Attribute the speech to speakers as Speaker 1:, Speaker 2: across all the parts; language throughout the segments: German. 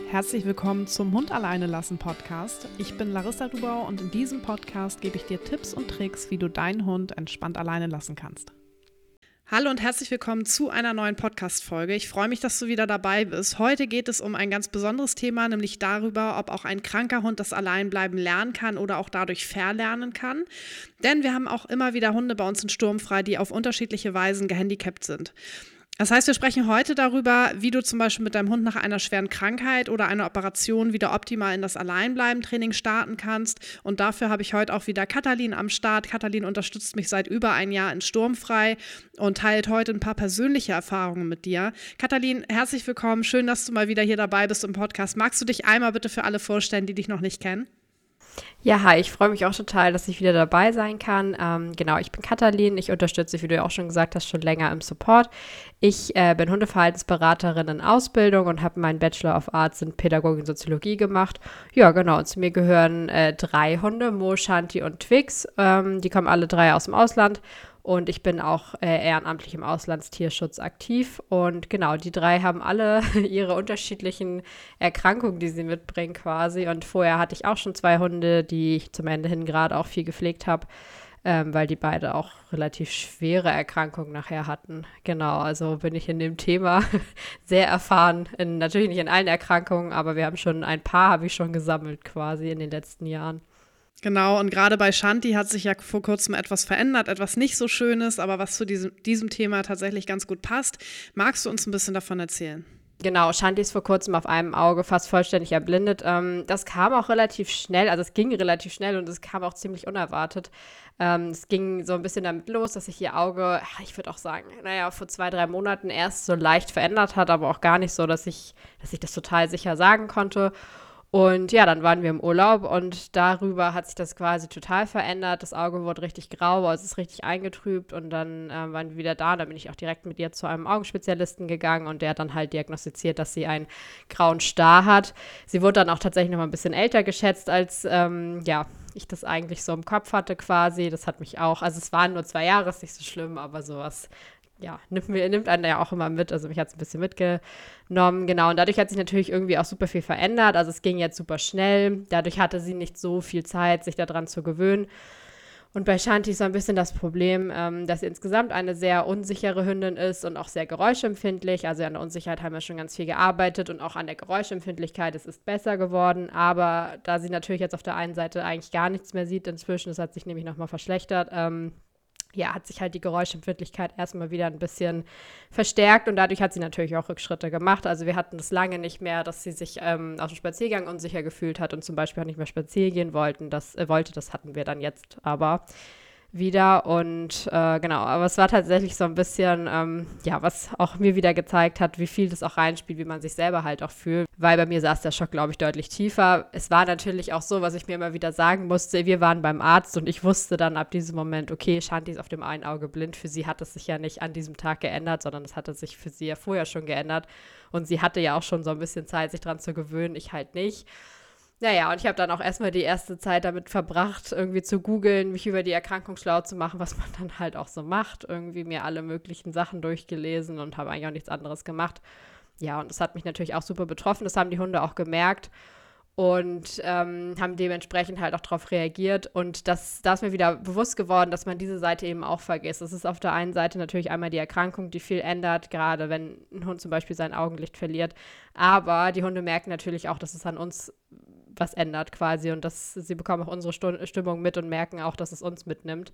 Speaker 1: Herzlich willkommen zum Hund alleine lassen Podcast. Ich bin Larissa Dubau und in diesem Podcast gebe ich dir Tipps und Tricks, wie du deinen Hund entspannt alleine lassen kannst. Hallo und herzlich willkommen zu einer neuen Podcast-Folge. Ich freue mich, dass du wieder dabei bist. Heute geht es um ein ganz besonderes Thema, nämlich darüber, ob auch ein kranker Hund das Alleinbleiben lernen kann oder auch dadurch verlernen kann. Denn wir haben auch immer wieder Hunde bei uns in Sturmfrei, die auf unterschiedliche Weisen gehandicapt sind. Das heißt, wir sprechen heute darüber, wie du zum Beispiel mit deinem Hund nach einer schweren Krankheit oder einer Operation wieder optimal in das Alleinbleiben-Training starten kannst. Und dafür habe ich heute auch wieder Katalin am Start. Katalin unterstützt mich seit über ein Jahr in Sturmfrei und teilt heute ein paar persönliche Erfahrungen mit dir. Katalin, herzlich willkommen. Schön, dass du mal wieder hier dabei bist im Podcast. Magst du dich einmal bitte für alle vorstellen, die dich noch nicht kennen?
Speaker 2: Ja, hi, ich freue mich auch total, dass ich wieder dabei sein kann. Ich bin Katalin, ich unterstütze, wie du ja auch schon gesagt hast, schon länger im Support. Ich bin Hundeverhaltensberaterin in Ausbildung und habe meinen Bachelor of Arts in Pädagogik und Soziologie gemacht. Ja, genau, und zu mir gehören 3 Hunde, Mo, Shanti und Twix. Die kommen alle 3 aus dem Ausland. Und ich bin auch ehrenamtlich im Auslandstierschutz aktiv. Und genau, die 3 haben alle ihre unterschiedlichen Erkrankungen, die sie mitbringen quasi. Und vorher hatte ich auch schon 2 Hunde, die ich zum Ende hin gerade auch viel gepflegt habe, weil die beide auch relativ schwere Erkrankungen nachher hatten. Genau, also bin ich in dem Thema sehr erfahren. Natürlich nicht in allen Erkrankungen, aber wir haben schon ein paar, habe ich schon gesammelt quasi in den letzten Jahren.
Speaker 1: Genau, und gerade bei Shanti hat sich ja vor kurzem etwas verändert, etwas nicht so Schönes, aber was zu diesem Thema tatsächlich ganz gut passt. Magst du uns ein bisschen davon erzählen?
Speaker 2: Genau, Shanti ist vor kurzem auf einem Auge fast vollständig erblindet. Das kam auch relativ schnell, also es ging relativ schnell und es kam auch ziemlich unerwartet. Es ging so ein bisschen damit los, dass sich ihr Auge, ich würde auch sagen, vor 2-3 Monaten erst so leicht verändert hat, aber auch gar nicht so, dass ich das total sicher sagen konnte. Und ja, dann waren wir im Urlaub und darüber hat sich das quasi total verändert. Das Auge wurde richtig grau, also es ist richtig eingetrübt und dann waren wir wieder da. Da bin ich auch direkt mit ihr zu einem Augenspezialisten gegangen und der hat dann halt diagnostiziert, dass sie einen grauen Star hat. Sie wurde dann auch tatsächlich noch mal ein bisschen älter geschätzt, als ich das eigentlich so im Kopf hatte quasi. Das hat mich auch, also es waren nur 2 Jahre, ist nicht so schlimm, aber sowas nimmt einen ja auch immer mit. Also mich hat es ein bisschen mitgenommen, genau. Und dadurch hat sich natürlich irgendwie auch super viel verändert. Also es ging jetzt super schnell. Dadurch hatte sie nicht so viel Zeit, sich daran zu gewöhnen. Und bei Shanti ist so ein bisschen das Problem, dass sie insgesamt eine sehr unsichere Hündin ist und auch sehr geräuschempfindlich. Also an der Unsicherheit haben wir schon ganz viel gearbeitet und auch an der Geräuschempfindlichkeit. Es ist besser geworden, aber da sie natürlich jetzt auf der einen Seite eigentlich gar nichts mehr sieht inzwischen, das hat sich nämlich nochmal verschlechtert, hat sich halt die Geräuschempfindlichkeit erstmal wieder ein bisschen verstärkt und dadurch hat sie natürlich auch Rückschritte gemacht. Also wir hatten das lange nicht mehr, dass sie sich auf dem Spaziergang unsicher gefühlt hat und zum Beispiel auch nicht mehr spazieren gehen wollte. Das hatten wir dann jetzt aber wieder und aber es war tatsächlich so ein bisschen, was auch mir wieder gezeigt hat, wie viel das auch reinspielt, wie man sich selber halt auch fühlt, weil bei mir saß der Schock, glaube ich, deutlich tiefer. Es war natürlich auch so, was ich mir immer wieder sagen musste, wir waren beim Arzt und ich wusste dann ab diesem Moment, okay, Shanti ist auf dem einen Auge blind, für sie hat es sich ja nicht an diesem Tag geändert, sondern es hatte sich für sie ja vorher schon geändert und sie hatte ja auch schon so ein bisschen Zeit, sich dran zu gewöhnen, ich halt nicht. Naja, und ich habe dann auch erstmal die erste Zeit damit verbracht, irgendwie zu googeln, mich über die Erkrankung schlau zu machen, was man dann halt auch so macht. Irgendwie mir alle möglichen Sachen durchgelesen und habe eigentlich auch nichts anderes gemacht. Ja, und das hat mich natürlich auch super betroffen. Das haben die Hunde auch gemerkt und haben dementsprechend halt auch darauf reagiert. Und da ist mir wieder bewusst geworden, dass man diese Seite eben auch vergisst. Es ist auf der einen Seite natürlich einmal die Erkrankung, die viel ändert, gerade wenn ein Hund zum Beispiel sein Augenlicht verliert. Aber die Hunde merken natürlich auch, dass es an uns was ändert quasi und sie bekommen auch unsere Stimmung mit und merken auch, dass es uns mitnimmt.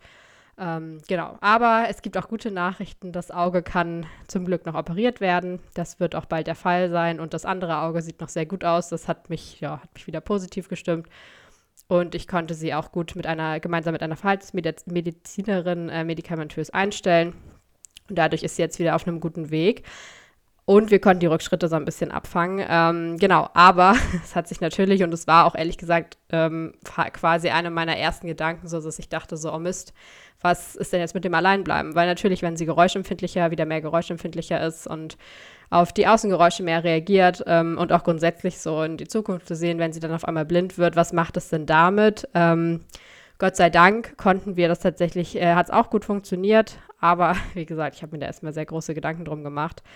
Speaker 2: Aber es gibt auch gute Nachrichten. Das Auge kann zum Glück noch operiert werden. Das wird auch bald der Fall sein und das andere Auge sieht noch sehr gut aus. Das hat mich wieder positiv gestimmt und ich konnte sie auch gut gemeinsam mit einer Verhaltensmedizinerin medikamentös einstellen und dadurch ist sie jetzt wieder auf einem guten Weg. Und wir konnten die Rückschritte so ein bisschen abfangen. Aber es hat sich natürlich, und es war auch ehrlich gesagt quasi einer meiner ersten Gedanken, so dass ich dachte so, oh Mist, was ist denn jetzt mit dem Alleinbleiben? Weil natürlich, wenn sie wieder mehr geräuschempfindlicher ist und auf die Außengeräusche mehr reagiert und auch grundsätzlich so in die Zukunft zu sehen, wenn sie dann auf einmal blind wird, was macht es denn damit? Gott sei Dank konnten wir das tatsächlich, hat es auch gut funktioniert, aber wie gesagt, ich habe mir da erstmal sehr große Gedanken drum gemacht.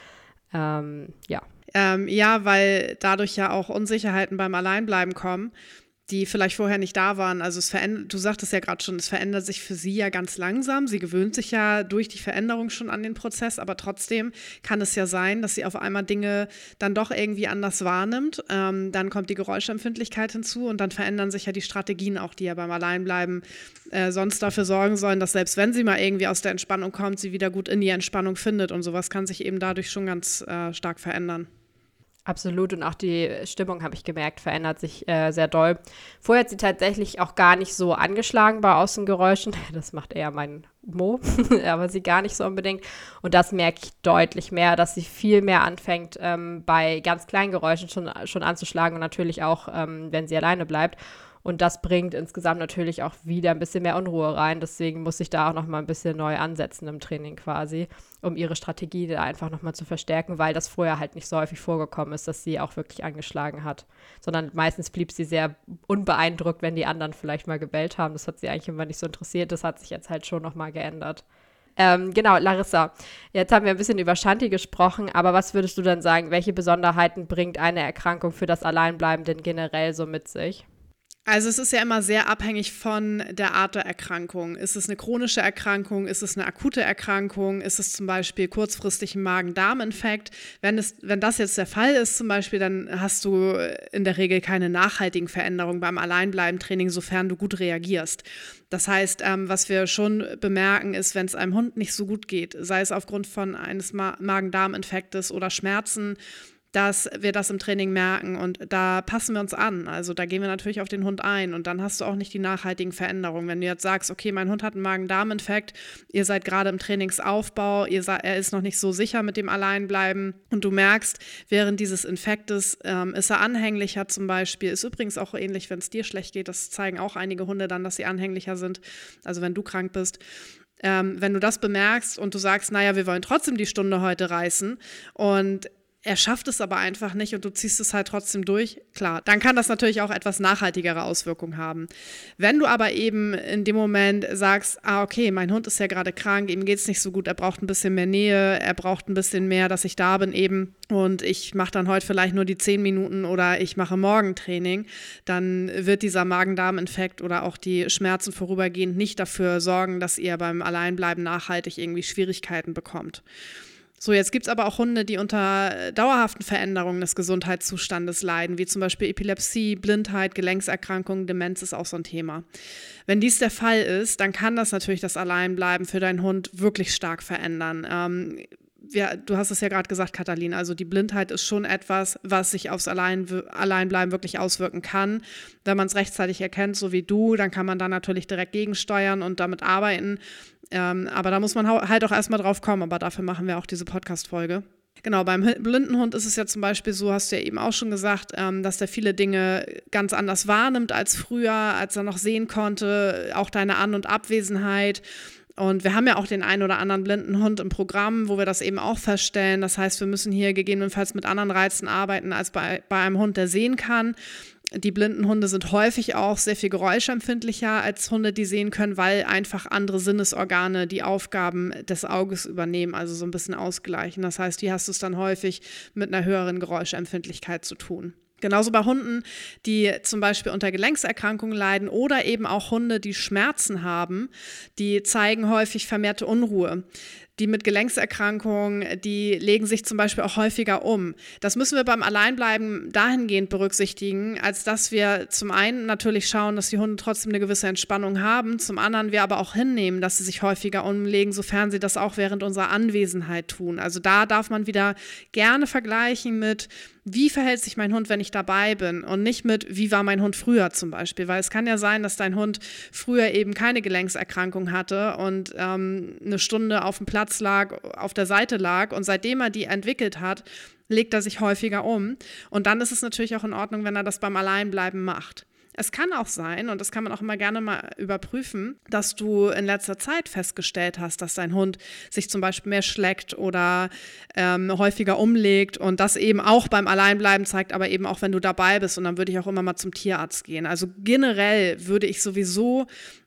Speaker 2: Ja.
Speaker 1: Ja, weil dadurch ja auch Unsicherheiten beim Alleinbleiben kommen, die vielleicht vorher nicht da waren. Also du sagtest ja gerade schon, es verändert sich für sie ja ganz langsam. Sie gewöhnt sich ja durch die Veränderung schon an den Prozess, aber trotzdem kann es ja sein, dass sie auf einmal Dinge dann doch irgendwie anders wahrnimmt. Dann kommt die Geräuschempfindlichkeit hinzu und dann verändern sich ja die Strategien auch, die ja beim Alleinbleiben sonst dafür sorgen sollen, dass selbst wenn sie mal irgendwie aus der Entspannung kommt, sie wieder gut in die Entspannung findet und sowas kann sich eben dadurch schon ganz stark verändern.
Speaker 2: Absolut, und auch die Stimmung, habe ich gemerkt, verändert sich sehr doll. Vorher hat sie tatsächlich auch gar nicht so angeschlagen bei Außengeräuschen. Das macht eher mein Mo, aber sie gar nicht so unbedingt. Und das merke ich deutlich mehr, dass sie viel mehr anfängt, bei ganz kleinen Geräuschen schon anzuschlagen und natürlich auch, wenn sie alleine bleibt. Und das bringt insgesamt natürlich auch wieder ein bisschen mehr Unruhe rein. Deswegen muss ich da auch noch mal ein bisschen neu ansetzen im Training quasi, um ihre Strategie da einfach noch mal zu verstärken, weil das vorher halt nicht so häufig vorgekommen ist, dass sie auch wirklich angeschlagen hat. Sondern meistens blieb sie sehr unbeeindruckt, wenn die anderen vielleicht mal gebellt haben. Das hat sie eigentlich immer nicht so interessiert. Das hat sich jetzt halt schon noch mal geändert. Genau, Larissa, jetzt haben wir ein bisschen über Shanti gesprochen, aber was würdest du dann sagen, welche Besonderheiten bringt eine Erkrankung für das Alleinbleiben denn generell so mit sich?
Speaker 1: Also es ist ja immer sehr abhängig von der Art der Erkrankung. Ist es eine chronische Erkrankung? Ist es eine akute Erkrankung? Ist es zum Beispiel kurzfristig ein Magen-Darm-Infekt? Wenn das jetzt der Fall ist zum Beispiel, dann hast du in der Regel keine nachhaltigen Veränderungen beim Alleinbleiben-Training, sofern du gut reagierst. Das heißt, was wir schon bemerken, ist, wenn es einem Hund nicht so gut geht, sei es aufgrund von eines Magen-Darm-Infektes oder Schmerzen, dass wir das im Training merken und da passen wir uns an. Also da gehen wir natürlich auf den Hund ein und dann hast du auch nicht die nachhaltigen Veränderungen. Wenn du jetzt sagst, okay, mein Hund hat einen Magen-Darm-Infekt, ihr seid gerade im Trainingsaufbau, er ist noch nicht so sicher mit dem Alleinbleiben und du merkst, während dieses Infektes ist er anhänglicher zum Beispiel, ist übrigens auch ähnlich, wenn es dir schlecht geht, das zeigen auch einige Hunde dann, dass sie anhänglicher sind, also wenn du krank bist. Wenn du das bemerkst und du sagst, naja, wir wollen trotzdem die Stunde heute reißen und er schafft es aber einfach nicht und du ziehst es halt trotzdem durch, klar, dann kann das natürlich auch etwas nachhaltigere Auswirkungen haben. Wenn du aber eben in dem Moment sagst, okay, mein Hund ist ja gerade krank, ihm geht es nicht so gut, er braucht ein bisschen mehr Nähe, er braucht ein bisschen mehr, dass ich da bin eben und ich mache dann heute vielleicht nur die 10 Minuten oder ich mache Morgentraining, dann wird dieser Magen-Darm-Infekt oder auch die Schmerzen vorübergehend nicht dafür sorgen, dass ihr beim Alleinbleiben nachhaltig irgendwie Schwierigkeiten bekommt. So, jetzt gibt es aber auch Hunde, die unter dauerhaften Veränderungen des Gesundheitszustandes leiden, wie zum Beispiel Epilepsie, Blindheit, Gelenkserkrankungen, Demenz ist auch so ein Thema. Wenn dies der Fall ist, dann kann das natürlich das Alleinbleiben für deinen Hund wirklich stark verändern. Du hast es ja gerade gesagt, Katalin, also die Blindheit ist schon etwas, was sich aufs Alleinbleiben wirklich auswirken kann. Wenn man es rechtzeitig erkennt, so wie du, dann kann man da natürlich direkt gegensteuern und damit arbeiten. Aber da muss man halt auch erstmal drauf kommen, aber dafür machen wir auch diese Podcast-Folge. Genau, beim blinden Hund ist es ja zum Beispiel so, hast du ja eben auch schon gesagt, dass der viele Dinge ganz anders wahrnimmt als früher, als er noch sehen konnte, auch deine An- und Abwesenheit. Und wir haben ja auch den einen oder anderen blinden Hund im Programm, wo wir das eben auch feststellen. Das heißt, wir müssen hier gegebenenfalls mit anderen Reizen arbeiten als bei einem Hund, der sehen kann. Die blinden Hunde sind häufig auch sehr viel geräuschempfindlicher als Hunde, die sehen können, weil einfach andere Sinnesorgane die Aufgaben des Auges übernehmen, also so ein bisschen ausgleichen. Das heißt, hier hast du es dann häufig mit einer höheren Geräuschempfindlichkeit zu tun. Genauso bei Hunden, die zum Beispiel unter Gelenkserkrankungen leiden oder eben auch Hunde, die Schmerzen haben, die zeigen häufig vermehrte Unruhe. Die mit Gelenkserkrankungen, die legen sich zum Beispiel auch häufiger um. Das müssen wir beim Alleinbleiben dahingehend berücksichtigen, als dass wir zum einen natürlich schauen, dass die Hunde trotzdem eine gewisse Entspannung haben, zum anderen wir aber auch hinnehmen, dass sie sich häufiger umlegen, sofern sie das auch während unserer Anwesenheit tun. Also da darf man wieder gerne vergleichen mit, wie verhält sich mein Hund, wenn ich dabei bin und nicht mit, wie war mein Hund früher zum Beispiel, weil es kann ja sein, dass dein Hund früher eben keine Gelenkserkrankung hatte und eine Stunde auf dem Platz lag, auf der Seite lag und seitdem er die entwickelt hat, legt er sich häufiger um und dann ist es natürlich auch in Ordnung, wenn er das beim Alleinbleiben macht. Es kann auch sein, und das kann man auch immer gerne mal überprüfen, dass du in letzter Zeit festgestellt hast, dass dein Hund sich zum Beispiel mehr schleckt oder häufiger umlegt und das eben auch beim Alleinbleiben zeigt, aber eben auch, wenn du dabei bist und dann würde ich auch immer mal zum Tierarzt gehen. Also generell würde ich sowieso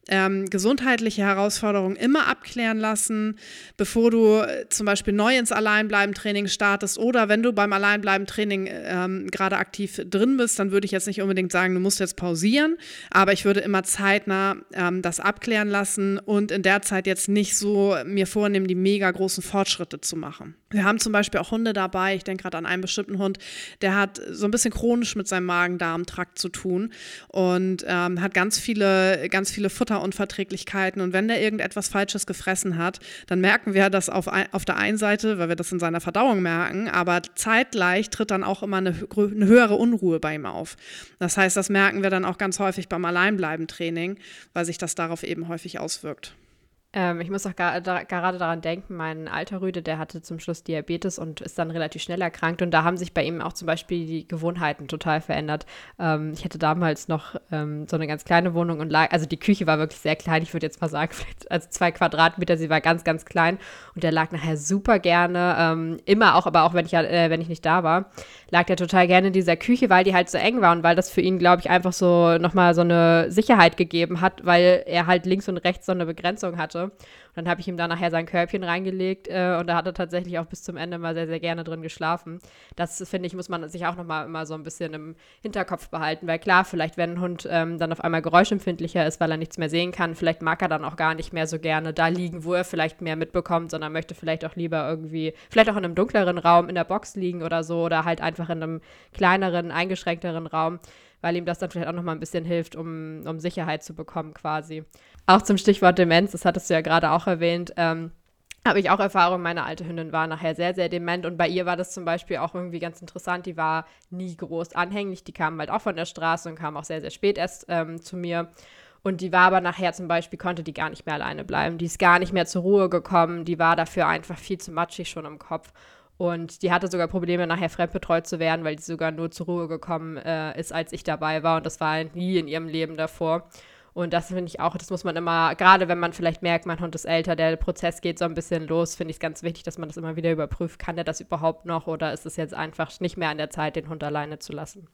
Speaker 1: gesundheitliche Herausforderungen immer abklären lassen, bevor du zum Beispiel neu ins Alleinbleiben-Training startest oder wenn du beim Alleinbleiben-Training gerade aktiv drin bist, dann würde ich jetzt nicht unbedingt sagen, du musst jetzt pausieren, aber ich würde immer zeitnah das abklären lassen und in der Zeit jetzt nicht so mir vornehmen, die mega großen Fortschritte zu machen. Wir haben zum Beispiel auch Hunde dabei, ich denke gerade an einen bestimmten Hund, der hat so ein bisschen chronisch mit seinem Magen-Darm-Trakt zu tun und hat ganz viele Futterunverträglichkeiten und wenn der irgendetwas Falsches gefressen hat, dann merken wir das auf der einen Seite, weil wir das in seiner Verdauung merken, aber zeitgleich tritt dann auch immer eine höhere Unruhe bei ihm auf. Das heißt, das merken wir dann auch ganz häufig beim Alleinbleiben-Training, weil sich das darauf eben häufig auswirkt.
Speaker 2: Ich muss auch gerade daran denken, mein alter Rüde, der hatte zum Schluss Diabetes und ist dann relativ schnell erkrankt und da haben sich bei ihm auch zum Beispiel die Gewohnheiten total verändert. Ich hatte damals noch so eine ganz kleine Wohnung und also die Küche war wirklich sehr klein, ich würde jetzt mal sagen, vielleicht also 2 Quadratmeter, sie war ganz, ganz klein und der lag nachher super gerne, immer auch, aber auch wenn ich nicht da war, lag der total gerne in dieser Küche, weil die halt so eng war und weil das für ihn, glaube ich, einfach so nochmal so eine Sicherheit gegeben hat, weil er halt links und rechts so eine Begrenzung hatte. Und dann habe ich ihm da nachher sein Körbchen reingelegt und da hat er tatsächlich auch bis zum Ende mal sehr, sehr gerne drin geschlafen. Das, finde ich, muss man sich auch nochmal immer so ein bisschen im Hinterkopf behalten, weil klar, vielleicht wenn ein Hund dann auf einmal geräuschempfindlicher ist, weil er nichts mehr sehen kann, vielleicht mag er dann auch gar nicht mehr so gerne da liegen, wo er vielleicht mehr mitbekommt, sondern möchte vielleicht auch lieber irgendwie, vielleicht auch in einem dunkleren Raum in der Box liegen oder so oder halt einfach in einem kleineren, eingeschränkteren Raum, weil ihm das dann vielleicht auch nochmal ein bisschen hilft, um Sicherheit zu bekommen quasi. Auch zum Stichwort Demenz, das hattest du ja gerade auch erwähnt, habe ich auch Erfahrung, meine alte Hündin war nachher sehr, sehr dement und bei ihr war das zum Beispiel auch irgendwie ganz interessant, die war nie groß anhänglich, die kam halt auch von der Straße und kam auch sehr, sehr spät erst zu mir und die war aber nachher zum Beispiel, konnte die gar nicht mehr alleine bleiben, die ist gar nicht mehr zur Ruhe gekommen, die war dafür einfach viel zu matschig schon im Kopf. Und die hatte sogar Probleme, nachher fremdbetreut zu werden, weil die sogar nur zur Ruhe gekommen ist, als ich dabei war. Und das war nie in ihrem Leben davor. Und das finde ich auch, das muss man immer, gerade wenn man vielleicht merkt, mein Hund ist älter, der Prozess geht so ein bisschen los, finde ich es ganz wichtig, dass man das immer wieder überprüft. Kann der das überhaupt noch oder ist es jetzt einfach nicht mehr an der Zeit, den Hund alleine zu lassen?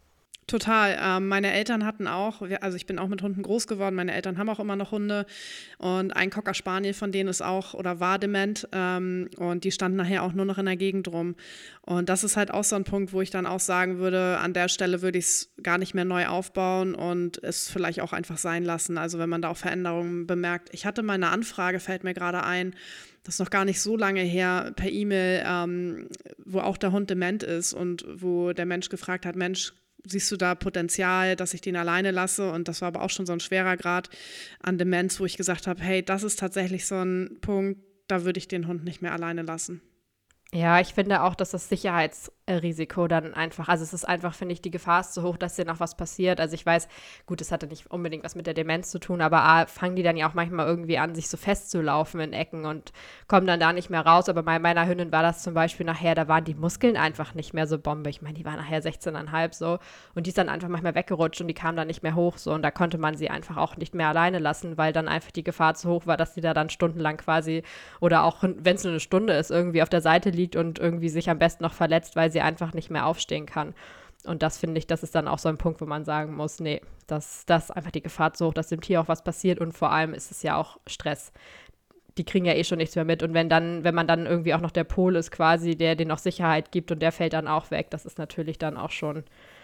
Speaker 1: Total. Meine Eltern hatten auch, also ich bin auch mit Hunden groß geworden, meine Eltern haben auch immer noch Hunde und ein Cocker Spaniel von denen ist auch oder war dement und die standen nachher auch nur noch in der Gegend rum. Und das ist halt auch so ein Punkt, wo ich dann auch sagen würde, an der Stelle würde ich es gar nicht mehr neu aufbauen und es vielleicht auch einfach sein lassen. Also wenn man da auch Veränderungen bemerkt. Ich hatte mal eine Anfrage, fällt mir gerade ein, das ist noch gar nicht so lange her, per E-Mail, wo auch der Hund dement ist und wo der Mensch gefragt hat, Mensch, siehst du da Potenzial, dass ich den alleine lasse? Und das war aber auch schon so ein schwerer Grad an Demenz, wo ich gesagt habe, hey, das ist tatsächlich so ein Punkt, da würde ich den Hund nicht mehr alleine lassen.
Speaker 2: Ja, ich finde auch, dass das Sicherheitsrisiko dann einfach, also es ist einfach, finde ich, die Gefahr ist so hoch, dass dir noch was passiert. Also ich weiß, gut, es hatte nicht unbedingt was mit der Demenz zu tun, aber fangen die dann ja auch manchmal irgendwie an, sich so festzulaufen in Ecken und kommen dann da nicht mehr raus. Aber bei meiner Hündin war das zum Beispiel nachher, da waren die Muskeln einfach nicht mehr so Bombe. Ich meine, die war nachher 16,5 so und die ist dann einfach manchmal weggerutscht und die kam dann nicht mehr hoch so und da konnte man sie einfach auch nicht mehr alleine lassen, weil dann einfach die Gefahr zu hoch war, dass sie da dann stundenlang quasi oder auch, wenn es nur eine Stunde ist, irgendwie auf der Seite liegt und irgendwie sich am besten noch verletzt, weil sie einfach nicht mehr aufstehen kann. Und das finde ich, das ist dann auch so ein Punkt, wo man sagen muss, nee, das ist einfach die Gefahr zu hoch, dass dem Tier auch was passiert und vor allem ist es ja auch Stress. Die kriegen ja eh schon nichts mehr mit und wenn man dann irgendwie auch noch der Pol ist quasi, der denen auch Sicherheit gibt und der fällt dann auch weg, das ist natürlich dann auch schon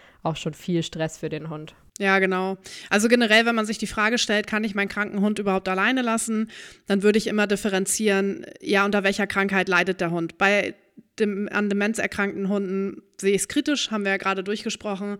Speaker 2: viel Stress für den Hund.
Speaker 1: Ja, genau. Also generell, wenn man sich die Frage stellt, kann ich meinen kranken Hund überhaupt alleine lassen, dann würde ich immer differenzieren, ja, unter welcher Krankheit leidet der Hund. Bei an Demenz erkrankten Hunden sehe ich es kritisch, haben wir ja gerade durchgesprochen.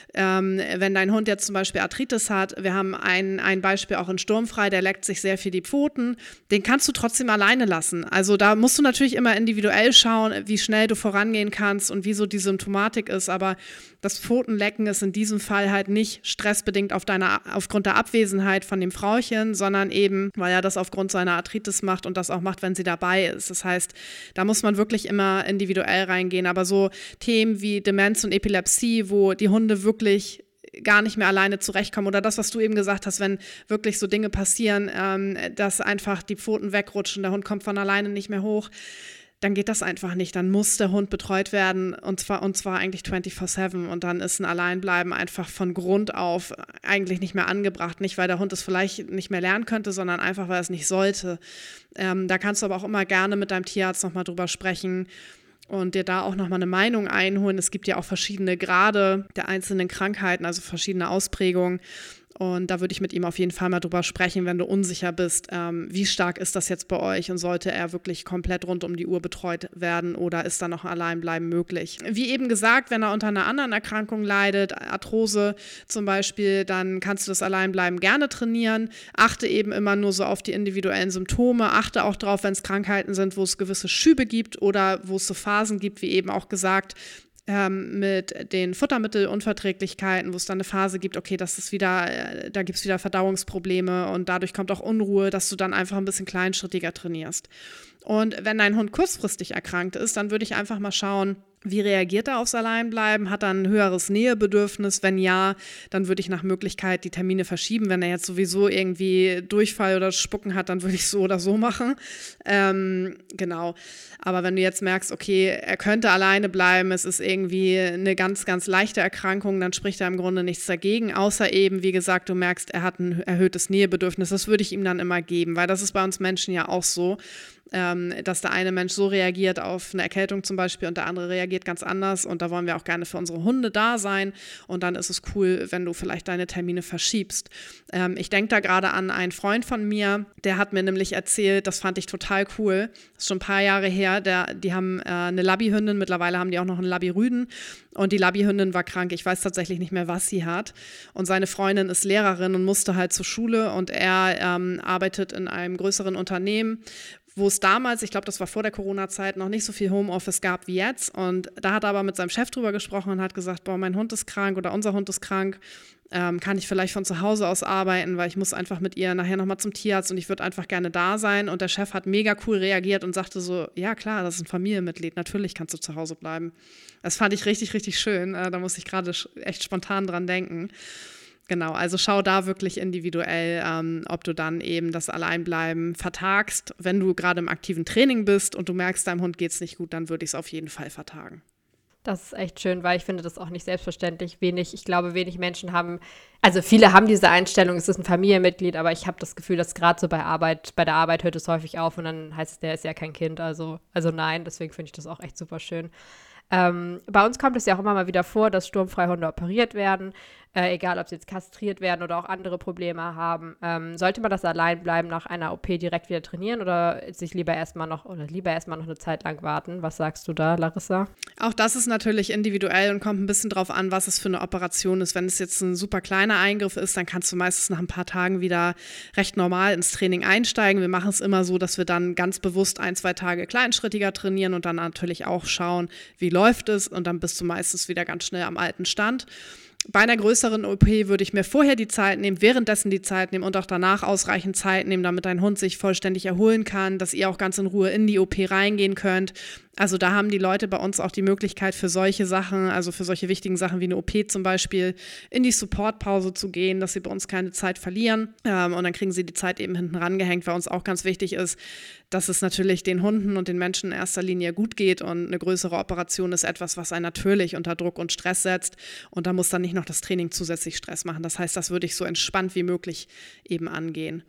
Speaker 1: Wenn dein Hund jetzt zum Beispiel Arthritis hat, wir haben ein Beispiel auch in Sturmfrei, der leckt sich sehr viel die Pfoten, den kannst du trotzdem alleine lassen. Also da musst du natürlich immer individuell schauen, wie schnell du vorangehen kannst und wie so die Symptomatik ist, aber das Pfotenlecken ist in diesem Fall halt nicht stressbedingt aufgrund der Abwesenheit von dem Frauchen, sondern eben, weil er das aufgrund seiner Arthritis macht und das auch macht, wenn sie dabei ist. Das heißt, da muss man wirklich immer individuell reingehen, aber so Themen wie Demenz und Epilepsie, wo die Hunde wirklich gar nicht mehr alleine zurechtkommen oder das, was du eben gesagt hast, wenn wirklich so Dinge passieren, dass einfach die Pfoten wegrutschen, der Hund kommt von alleine nicht mehr hoch, dann geht das einfach nicht. Dann muss der Hund betreut werden und zwar eigentlich 24/7 und dann ist ein Alleinbleiben einfach von Grund auf eigentlich nicht mehr angebracht. Nicht, weil der Hund es vielleicht nicht mehr lernen könnte, sondern einfach, weil er es nicht sollte. Da kannst du aber auch immer gerne mit deinem Tierarzt nochmal drüber sprechen und dir da auch nochmal eine Meinung einholen. Es gibt ja auch verschiedene Grade der einzelnen Krankheiten, also verschiedene Ausprägungen. Und da würde ich mit ihm auf jeden Fall mal drüber sprechen, wenn du unsicher bist, wie stark ist das jetzt bei euch und sollte er wirklich komplett rund um die Uhr betreut werden oder ist da noch ein Alleinbleiben möglich? Wie eben gesagt, wenn er unter einer anderen Erkrankung leidet, Arthrose zum Beispiel, dann kannst du das Alleinbleiben gerne trainieren. Achte eben immer nur so auf die individuellen Symptome. Achte auch drauf, wenn es Krankheiten sind, wo es gewisse Schübe gibt oder wo es so Phasen gibt, wie eben auch gesagt, mit den Futtermittelunverträglichkeiten, wo es dann eine Phase gibt, okay, das ist wieder, da gibt es wieder Verdauungsprobleme und dadurch kommt auch Unruhe, dass du dann einfach ein bisschen kleinschrittiger trainierst. Und wenn dein Hund kurzfristig erkrankt ist, dann würde ich einfach mal schauen, wie reagiert er aufs Alleinbleiben? Hat er ein höheres Nähebedürfnis? Wenn ja, dann würde ich nach Möglichkeit die Termine verschieben. Wenn er jetzt sowieso irgendwie Durchfall oder Spucken hat, dann würde ich so oder so machen. Genau. Aber wenn du jetzt merkst, okay, er könnte alleine bleiben, es ist irgendwie eine ganz, ganz leichte Erkrankung, dann spricht da im Grunde nichts dagegen, außer eben, wie gesagt, du merkst, er hat ein erhöhtes Nähebedürfnis. Das würde ich ihm dann immer geben, weil das ist bei uns Menschen ja auch so, dass der eine Mensch so reagiert auf eine Erkältung zum Beispiel und der andere reagiert ganz anders und da wollen wir auch gerne für unsere Hunde da sein und dann ist es cool, wenn du vielleicht deine Termine verschiebst. Ich denke da gerade an einen Freund von mir, der hat mir nämlich erzählt, das fand ich total cool, das ist schon ein paar Jahre her, die haben eine Labbyhündin, mittlerweile haben die auch noch einen Labbyrüden und die Labbyhündin war krank, ich weiß tatsächlich nicht mehr, was sie hat und seine Freundin ist Lehrerin und musste halt zur Schule und er arbeitet in einem größeren Unternehmen, wo es damals, ich glaube, das war vor der Corona-Zeit, noch nicht so viel Homeoffice gab wie jetzt. Und da hat er aber mit seinem Chef drüber gesprochen und hat gesagt, boah, mein Hund ist krank oder unser Hund ist krank. Kann ich vielleicht von zu Hause aus arbeiten, weil ich muss einfach mit ihr nachher nochmal zum Tierarzt und ich würde einfach gerne da sein. Und der Chef hat mega cool reagiert und sagte so, ja klar, das ist ein Familienmitglied, natürlich kannst du zu Hause bleiben. Das fand ich richtig, richtig schön. Da musste ich gerade echt spontan dran denken. Genau, also schau da wirklich individuell, ob du dann eben das Alleinbleiben vertagst. Wenn du gerade im aktiven Training bist und du merkst, deinem Hund geht es nicht gut, dann würde ich es auf jeden Fall vertagen.
Speaker 2: Das ist echt schön, weil ich finde das auch nicht selbstverständlich. Ich glaube, wenig Menschen haben, also viele haben diese Einstellung, es ist ein Familienmitglied, aber ich habe das Gefühl, dass gerade so bei der Arbeit hört es häufig auf und dann heißt es, der ist ja kein Kind, also nein, deswegen finde ich das auch echt super schön. Bei uns kommt es ja auch immer mal wieder vor, dass Sturmfreihunde operiert werden, egal ob sie jetzt kastriert werden oder auch andere Probleme haben. Sollte man das Alleinbleiben nach einer OP direkt wieder trainieren oder lieber erstmal noch eine Zeit lang warten? Was sagst du da, Larissa?
Speaker 1: Auch das ist natürlich individuell und kommt ein bisschen drauf an, was es für eine Operation ist. Wenn es jetzt ein super kleiner Eingriff ist, dann kannst du meistens nach ein paar Tagen wieder recht normal ins Training einsteigen. Wir machen es immer so, dass wir dann ganz bewusst 1-2 Tage kleinschrittiger trainieren und dann natürlich auch schauen, wie läuft es und dann bist du meistens wieder ganz schnell am alten Stand. Bei einer größeren OP würde ich mir vorher die Zeit nehmen, währenddessen die Zeit nehmen und auch danach ausreichend Zeit nehmen, damit dein Hund sich vollständig erholen kann, dass ihr auch ganz in Ruhe in die OP reingehen könnt. Also da haben die Leute bei uns auch die Möglichkeit für solche Sachen, also für solche wichtigen Sachen wie eine OP zum Beispiel, in die Supportpause zu gehen, dass sie bei uns keine Zeit verlieren. Und dann kriegen sie die Zeit eben hinten rangehängt, weil uns auch ganz wichtig ist, dass es natürlich den Hunden und den Menschen in erster Linie gut geht. Und eine größere Operation ist etwas, was einen natürlich unter Druck und Stress setzt. Und da muss dann nicht noch das Training zusätzlich Stress machen. Das heißt, das würde ich so entspannt wie möglich eben angehen.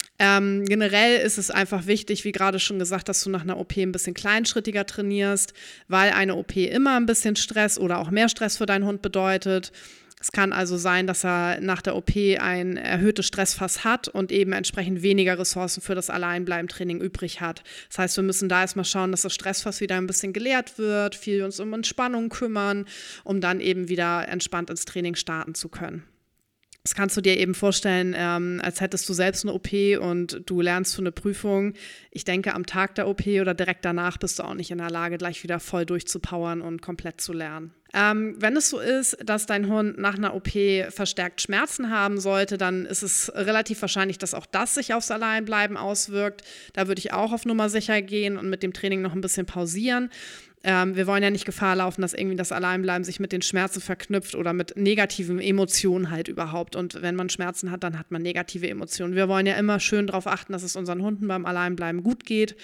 Speaker 1: Generell ist es einfach wichtig, wie gerade schon gesagt, dass du nach einer OP ein bisschen kleinschrittiger trainierst, weil eine OP immer ein bisschen Stress oder auch mehr Stress für deinen Hund bedeutet. Es kann also sein, dass er nach der OP ein erhöhtes Stressfass hat und eben entsprechend weniger Ressourcen für das Alleinbleiben-Training übrig hat. Das heißt, wir müssen da erstmal schauen, dass das Stressfass wieder ein bisschen geleert wird, viel uns um Entspannung kümmern, um dann eben wieder entspannt ins Training starten zu können. Das kannst du dir eben vorstellen, als hättest du selbst eine OP und du lernst für eine Prüfung. Ich denke, am Tag der OP oder direkt danach bist du auch nicht in der Lage, gleich wieder voll durchzupowern und komplett zu lernen. Wenn es so ist, dass dein Hund nach einer OP verstärkt Schmerzen haben sollte, dann ist es relativ wahrscheinlich, dass auch das sich aufs Alleinbleiben auswirkt. Da würde ich auch auf Nummer sicher gehen und mit dem Training noch ein bisschen pausieren. Wir wollen ja nicht Gefahr laufen, dass irgendwie das Alleinbleiben sich mit den Schmerzen verknüpft oder mit negativen Emotionen halt überhaupt. Und wenn man Schmerzen hat, dann hat man negative Emotionen. Wir wollen ja immer schön darauf achten, dass es unseren Hunden beim Alleinbleiben gut geht.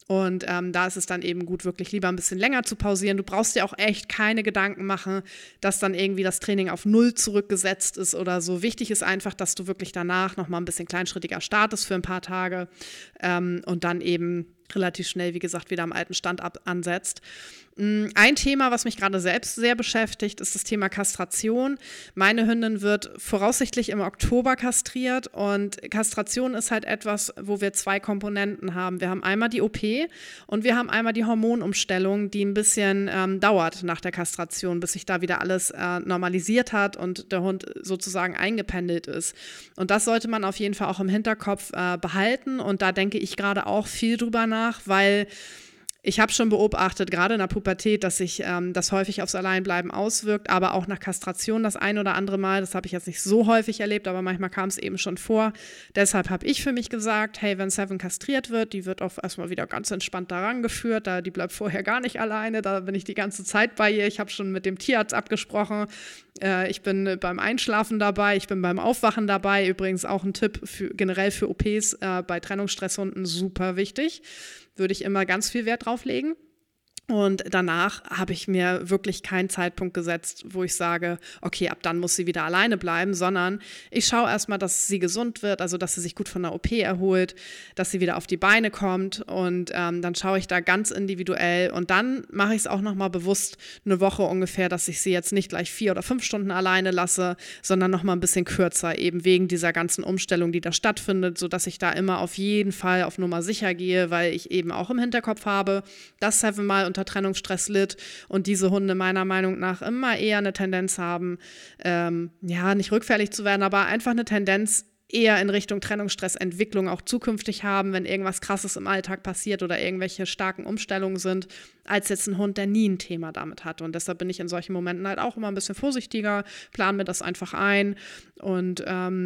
Speaker 1: Und da ist es dann eben gut, wirklich lieber ein bisschen länger zu pausieren. Du brauchst dir auch echt keine Gedanken machen, dass dann irgendwie das Training auf 0 zurückgesetzt ist oder so. Wichtig ist einfach, dass du wirklich danach nochmal ein bisschen kleinschrittiger startest für ein paar Tage und dann eben relativ schnell, wie gesagt, wieder am alten Stand ansetzt. Ein Thema, was mich gerade selbst sehr beschäftigt, ist das Thema Kastration. Meine Hündin wird voraussichtlich im Oktober kastriert und Kastration ist halt etwas, wo wir 2 Komponenten haben. Wir haben einmal die OP und wir haben einmal die Hormonumstellung, die ein bisschen dauert nach der Kastration, bis sich da wieder alles normalisiert hat und der Hund sozusagen eingependelt ist. Und das sollte man auf jeden Fall auch im Hinterkopf behalten und da denke ich gerade auch viel drüber nach, weil ich habe schon beobachtet, gerade in der Pubertät, dass sich das häufig aufs Alleinbleiben auswirkt, aber auch nach Kastration das ein oder andere Mal. Das habe ich jetzt nicht so häufig erlebt, aber manchmal kam es eben schon vor. Deshalb habe ich für mich gesagt, hey, wenn Seven kastriert wird, die wird auch erstmal wieder ganz entspannt daran geführt, die bleibt vorher gar nicht alleine, da bin ich die ganze Zeit bei ihr. Ich habe schon mit dem Tierarzt abgesprochen. Ich bin beim Einschlafen dabei, ich bin beim Aufwachen dabei. Übrigens auch ein Tipp generell für OPs bei Trennungsstresshunden, super wichtig. Würde ich immer ganz viel Wert drauf legen. Und danach habe ich mir wirklich keinen Zeitpunkt gesetzt, wo ich sage, okay, ab dann muss sie wieder alleine bleiben, sondern ich schaue erstmal, dass sie gesund wird, also dass sie sich gut von der OP erholt, dass sie wieder auf die Beine kommt und dann schaue ich da ganz individuell und dann mache ich es auch nochmal bewusst eine Woche ungefähr, dass ich sie jetzt nicht gleich 4 oder 5 Stunden alleine lasse, sondern nochmal ein bisschen kürzer, eben wegen dieser ganzen Umstellung, die da stattfindet, sodass ich da immer auf jeden Fall auf Nummer sicher gehe, weil ich eben auch im Hinterkopf habe, dass Seven mal unter Trennungsstress litt und diese Hunde meiner Meinung nach immer eher eine Tendenz haben, nicht rückfällig zu werden, aber einfach eine Tendenz eher in Richtung Trennungsstressentwicklung auch zukünftig haben, wenn irgendwas Krasses im Alltag passiert oder irgendwelche starken Umstellungen sind, als jetzt ein Hund, der nie ein Thema damit hat. Und deshalb bin ich in solchen Momenten halt auch immer ein bisschen vorsichtiger, plane mir das einfach ein und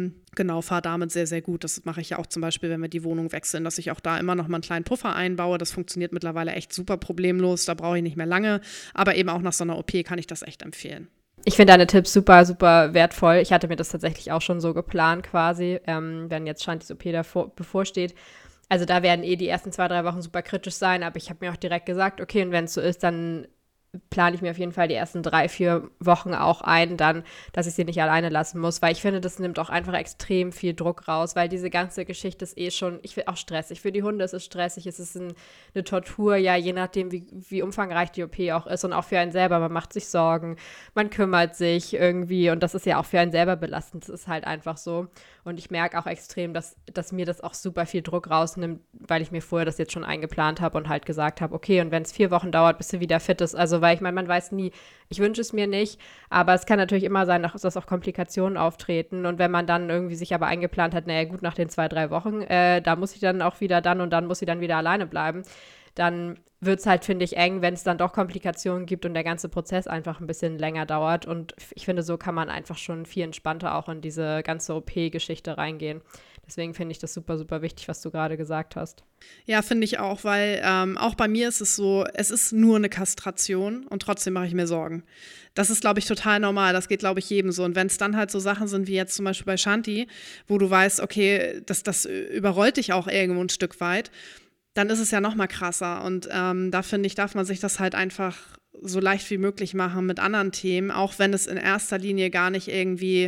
Speaker 1: fahre damit sehr, sehr gut. Das mache ich ja auch zum Beispiel, wenn wir die Wohnung wechseln, dass ich auch da immer noch mal einen kleinen Puffer einbaue. Das funktioniert mittlerweile echt super problemlos, da brauche ich nicht mehr lange. Aber eben auch nach so einer OP kann ich das echt empfehlen.
Speaker 2: Ich finde deine Tipps super, super wertvoll. Ich hatte mir das tatsächlich auch schon so geplant quasi, wenn jetzt Shantis OP bevorsteht. Also da werden die ersten 2-3 Wochen super kritisch sein, aber ich habe mir auch direkt gesagt, okay, und wenn es so ist, dann plane ich mir auf jeden Fall die ersten 3-4 Wochen auch ein, dann, dass ich sie nicht alleine lassen muss, weil ich finde, das nimmt auch einfach extrem viel Druck raus, weil diese ganze Geschichte ist schon, ich finde auch stressig. Für die Hunde ist es stressig, es ist eine Tortur, ja, je nachdem, wie umfangreich die OP auch ist und auch für einen selber, man macht sich Sorgen, man kümmert sich irgendwie und das ist ja auch für einen selber belastend, das ist halt einfach so. Und ich merke auch extrem, dass mir das auch super viel Druck rausnimmt, weil ich mir vorher das jetzt schon eingeplant habe und halt gesagt habe, okay, und wenn es 4 Wochen dauert, bis sie wieder fit ist, also weil ich meine, man weiß nie, ich wünsche es mir nicht, aber es kann natürlich immer sein, dass auch Komplikationen auftreten und wenn man dann irgendwie sich aber eingeplant hat, naja gut, nach den 2-3 Wochen, da muss ich dann auch wieder und dann muss sie dann wieder alleine bleiben, dann wird es halt, finde ich, eng, wenn es dann doch Komplikationen gibt und der ganze Prozess einfach ein bisschen länger dauert. Und ich finde, so kann man einfach schon viel entspannter auch in diese ganze OP-Geschichte reingehen. Deswegen finde ich das super, super wichtig, was du gerade gesagt hast.
Speaker 1: Ja, finde ich auch, weil auch bei mir ist es so, es ist nur eine Kastration und trotzdem mache ich mir Sorgen. Das ist, glaube ich, total normal. Das geht, glaube ich, jedem so. Und wenn es dann halt so Sachen sind wie jetzt zum Beispiel bei Shanti, wo du weißt, okay, das überrollt dich auch irgendwo ein Stück weit, dann ist es ja noch mal krasser. Und da finde ich, darf man sich das halt einfach so leicht wie möglich machen mit anderen Themen, auch wenn es in erster Linie gar nicht irgendwie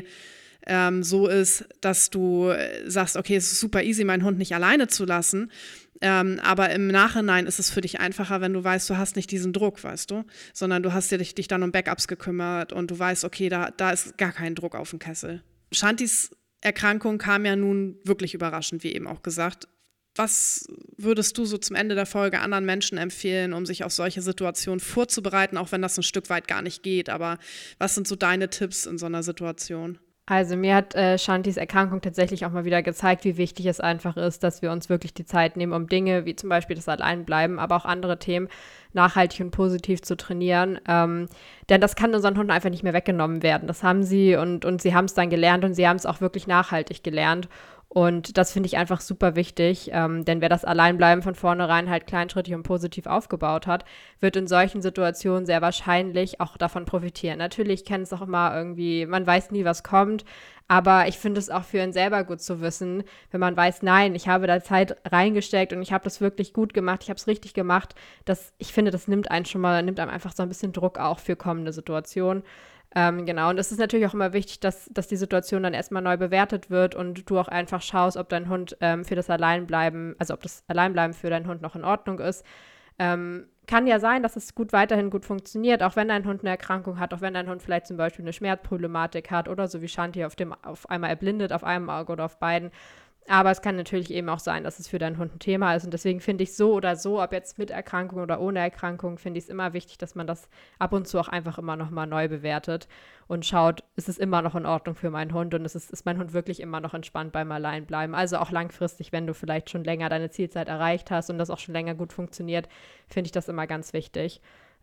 Speaker 1: so ist, dass du sagst, okay, es ist super easy, meinen Hund nicht alleine zu lassen. Aber im Nachhinein ist es für dich einfacher, wenn du weißt, du hast nicht diesen Druck, weißt du, sondern du hast dich dann um Backups gekümmert und du weißt, okay, da ist gar kein Druck auf dem Kessel. Shantis Erkrankung kam ja nun wirklich überraschend, wie eben auch gesagt. Was würdest du so zum Ende der Folge anderen Menschen empfehlen, um sich auf solche Situationen vorzubereiten, auch wenn das ein Stück weit gar nicht geht? Aber was sind so deine Tipps in so einer Situation?
Speaker 2: Also mir hat Shantis Erkrankung tatsächlich auch mal wieder gezeigt, wie wichtig es einfach ist, dass wir uns wirklich die Zeit nehmen, um Dinge wie zum Beispiel das Alleinbleiben, aber auch andere Themen nachhaltig und positiv zu trainieren. Denn das kann unseren Hunden einfach nicht mehr weggenommen werden. Das haben sie und sie haben es dann gelernt und sie haben es auch wirklich nachhaltig gelernt. Und das finde ich einfach super wichtig, denn wer das Alleinbleiben von vornherein halt kleinschrittig und positiv aufgebaut hat, wird in solchen Situationen sehr wahrscheinlich auch davon profitieren. Natürlich kennt es auch immer irgendwie, man weiß nie, was kommt, aber ich finde es auch für ihn selber gut zu wissen, wenn man weiß, nein, ich habe da Zeit reingesteckt und ich habe das wirklich gut gemacht, ich habe es richtig gemacht. Ich finde, das nimmt einem einfach so ein bisschen Druck auch für kommende Situationen. Genau, und es ist natürlich auch immer wichtig, dass die Situation dann erstmal neu bewertet wird und du auch einfach schaust, ob dein Hund für das Alleinbleiben, also ob das Alleinbleiben für deinen Hund noch in Ordnung ist. Kann ja sein, dass es weiterhin gut funktioniert, auch wenn dein Hund eine Erkrankung hat, auch wenn dein Hund vielleicht zum Beispiel eine Schmerzproblematik hat oder so wie Shanti auf einmal erblindet, auf einem Auge oder auf beiden. Aber es kann natürlich eben auch sein, dass es für deinen Hund ein Thema ist. Und deswegen finde ich so oder so, ob jetzt mit Erkrankung oder ohne Erkrankung, finde ich es immer wichtig, dass man das ab und zu auch einfach immer noch mal neu bewertet und schaut, ist es immer noch in Ordnung für meinen Hund und ist mein Hund wirklich immer noch entspannt beim Alleinbleiben. Also auch langfristig, wenn du vielleicht schon länger deine Zielzeit erreicht hast und das auch schon länger gut funktioniert, finde ich das immer ganz wichtig.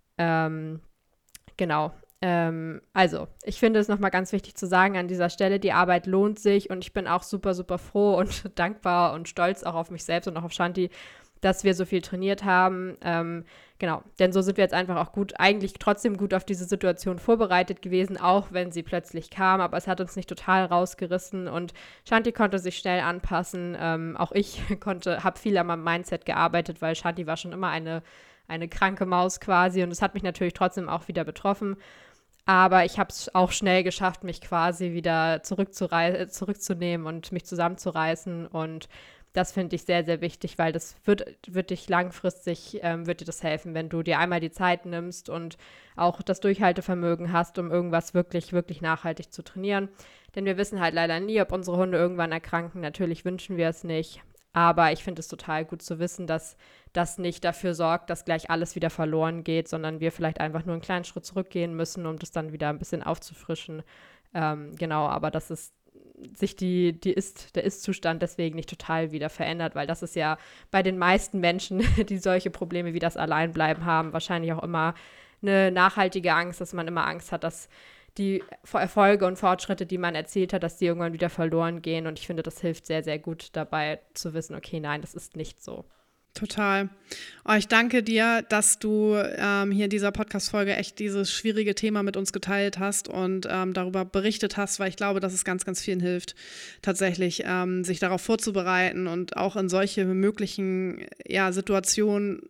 Speaker 2: Genau. Also, ich finde es nochmal ganz wichtig zu sagen an dieser Stelle, die Arbeit lohnt sich und ich bin auch super, super froh und dankbar und stolz auch auf mich selbst und auch auf Shanti, dass wir so viel trainiert haben. Genau, denn so sind wir jetzt einfach auch eigentlich trotzdem gut auf diese Situation vorbereitet gewesen, auch wenn sie plötzlich kam, aber es hat uns nicht total rausgerissen und Shanti konnte sich schnell anpassen. Auch ich habe viel an meinem Mindset gearbeitet, weil Shanti war schon immer eine kranke Maus quasi und es hat mich natürlich trotzdem auch wieder betroffen. Aber ich habe es auch schnell geschafft, mich quasi wieder zurückzunehmen und mich zusammenzureißen. Und das finde ich sehr, sehr wichtig, weil das wird dich langfristig, wird dir das helfen, wenn du dir einmal die Zeit nimmst und auch das Durchhaltevermögen hast, um irgendwas wirklich, wirklich nachhaltig zu trainieren. Denn wir wissen halt leider nie, ob unsere Hunde irgendwann erkranken. Natürlich wünschen wir es nicht. Aber ich finde es total gut zu wissen, dass das nicht dafür sorgt, dass gleich alles wieder verloren geht, sondern wir vielleicht einfach nur einen kleinen Schritt zurückgehen müssen, um das dann wieder ein bisschen aufzufrischen. Genau, aber dass es sich der Ist-Zustand deswegen nicht total wieder verändert, weil das ist ja bei den meisten Menschen, die solche Probleme wie das Alleinbleiben haben, wahrscheinlich auch immer eine nachhaltige Angst, dass man immer Angst hat, dass die Erfolge und Fortschritte, die man erzielt hat, dass die irgendwann wieder verloren gehen. Und ich finde, das hilft sehr, sehr gut dabei zu wissen, okay, nein, das ist nicht so.
Speaker 1: Total. Oh, ich danke dir, dass du hier in dieser Podcast-Folge echt dieses schwierige Thema mit uns geteilt hast und darüber berichtet hast, weil ich glaube, dass es ganz, ganz vielen hilft, tatsächlich sich darauf vorzubereiten und auch in solche möglichen Situationen,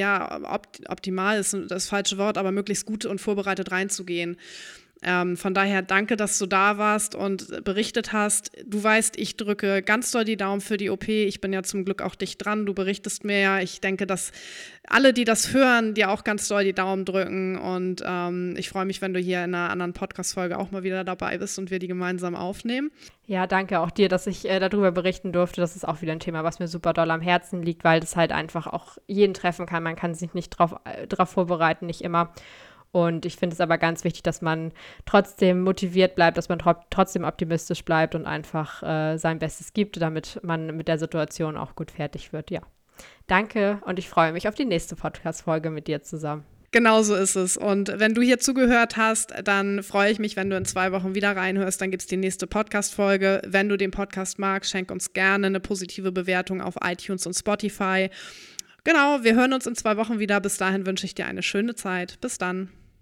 Speaker 1: optimal ist das falsche Wort, aber möglichst gut und vorbereitet reinzugehen. Von daher danke, dass du da warst und berichtet hast. Du weißt, ich drücke ganz doll die Daumen für die OP. Ich bin ja zum Glück auch dicht dran. Du berichtest mir ja. Ich denke, dass alle, die das hören, dir auch ganz doll die Daumen drücken. Und ich freue mich, wenn du hier in einer anderen Podcast-Folge auch mal wieder dabei bist und wir die gemeinsam aufnehmen.
Speaker 2: Ja, danke auch dir, dass ich darüber berichten durfte. Das ist auch wieder ein Thema, was mir super doll am Herzen liegt, weil das halt einfach auch jeden treffen kann. Man kann sich nicht drauf vorbereiten, nicht immer. Und ich finde es aber ganz wichtig, dass man trotzdem motiviert bleibt, dass man trotzdem optimistisch bleibt und einfach sein Bestes gibt, damit man mit der Situation auch gut fertig wird. Ja, danke und ich freue mich auf die nächste Podcast-Folge mit dir zusammen.
Speaker 1: Genau so ist es. Und wenn du hier zugehört hast, dann freue ich mich, wenn du in 2 Wochen wieder reinhörst. Dann gibt es die nächste Podcast-Folge. Wenn du den Podcast magst, schenk uns gerne eine positive Bewertung auf iTunes und Spotify. Genau, wir hören uns in 2 Wochen wieder. Bis dahin wünsche ich dir eine schöne Zeit. Bis dann.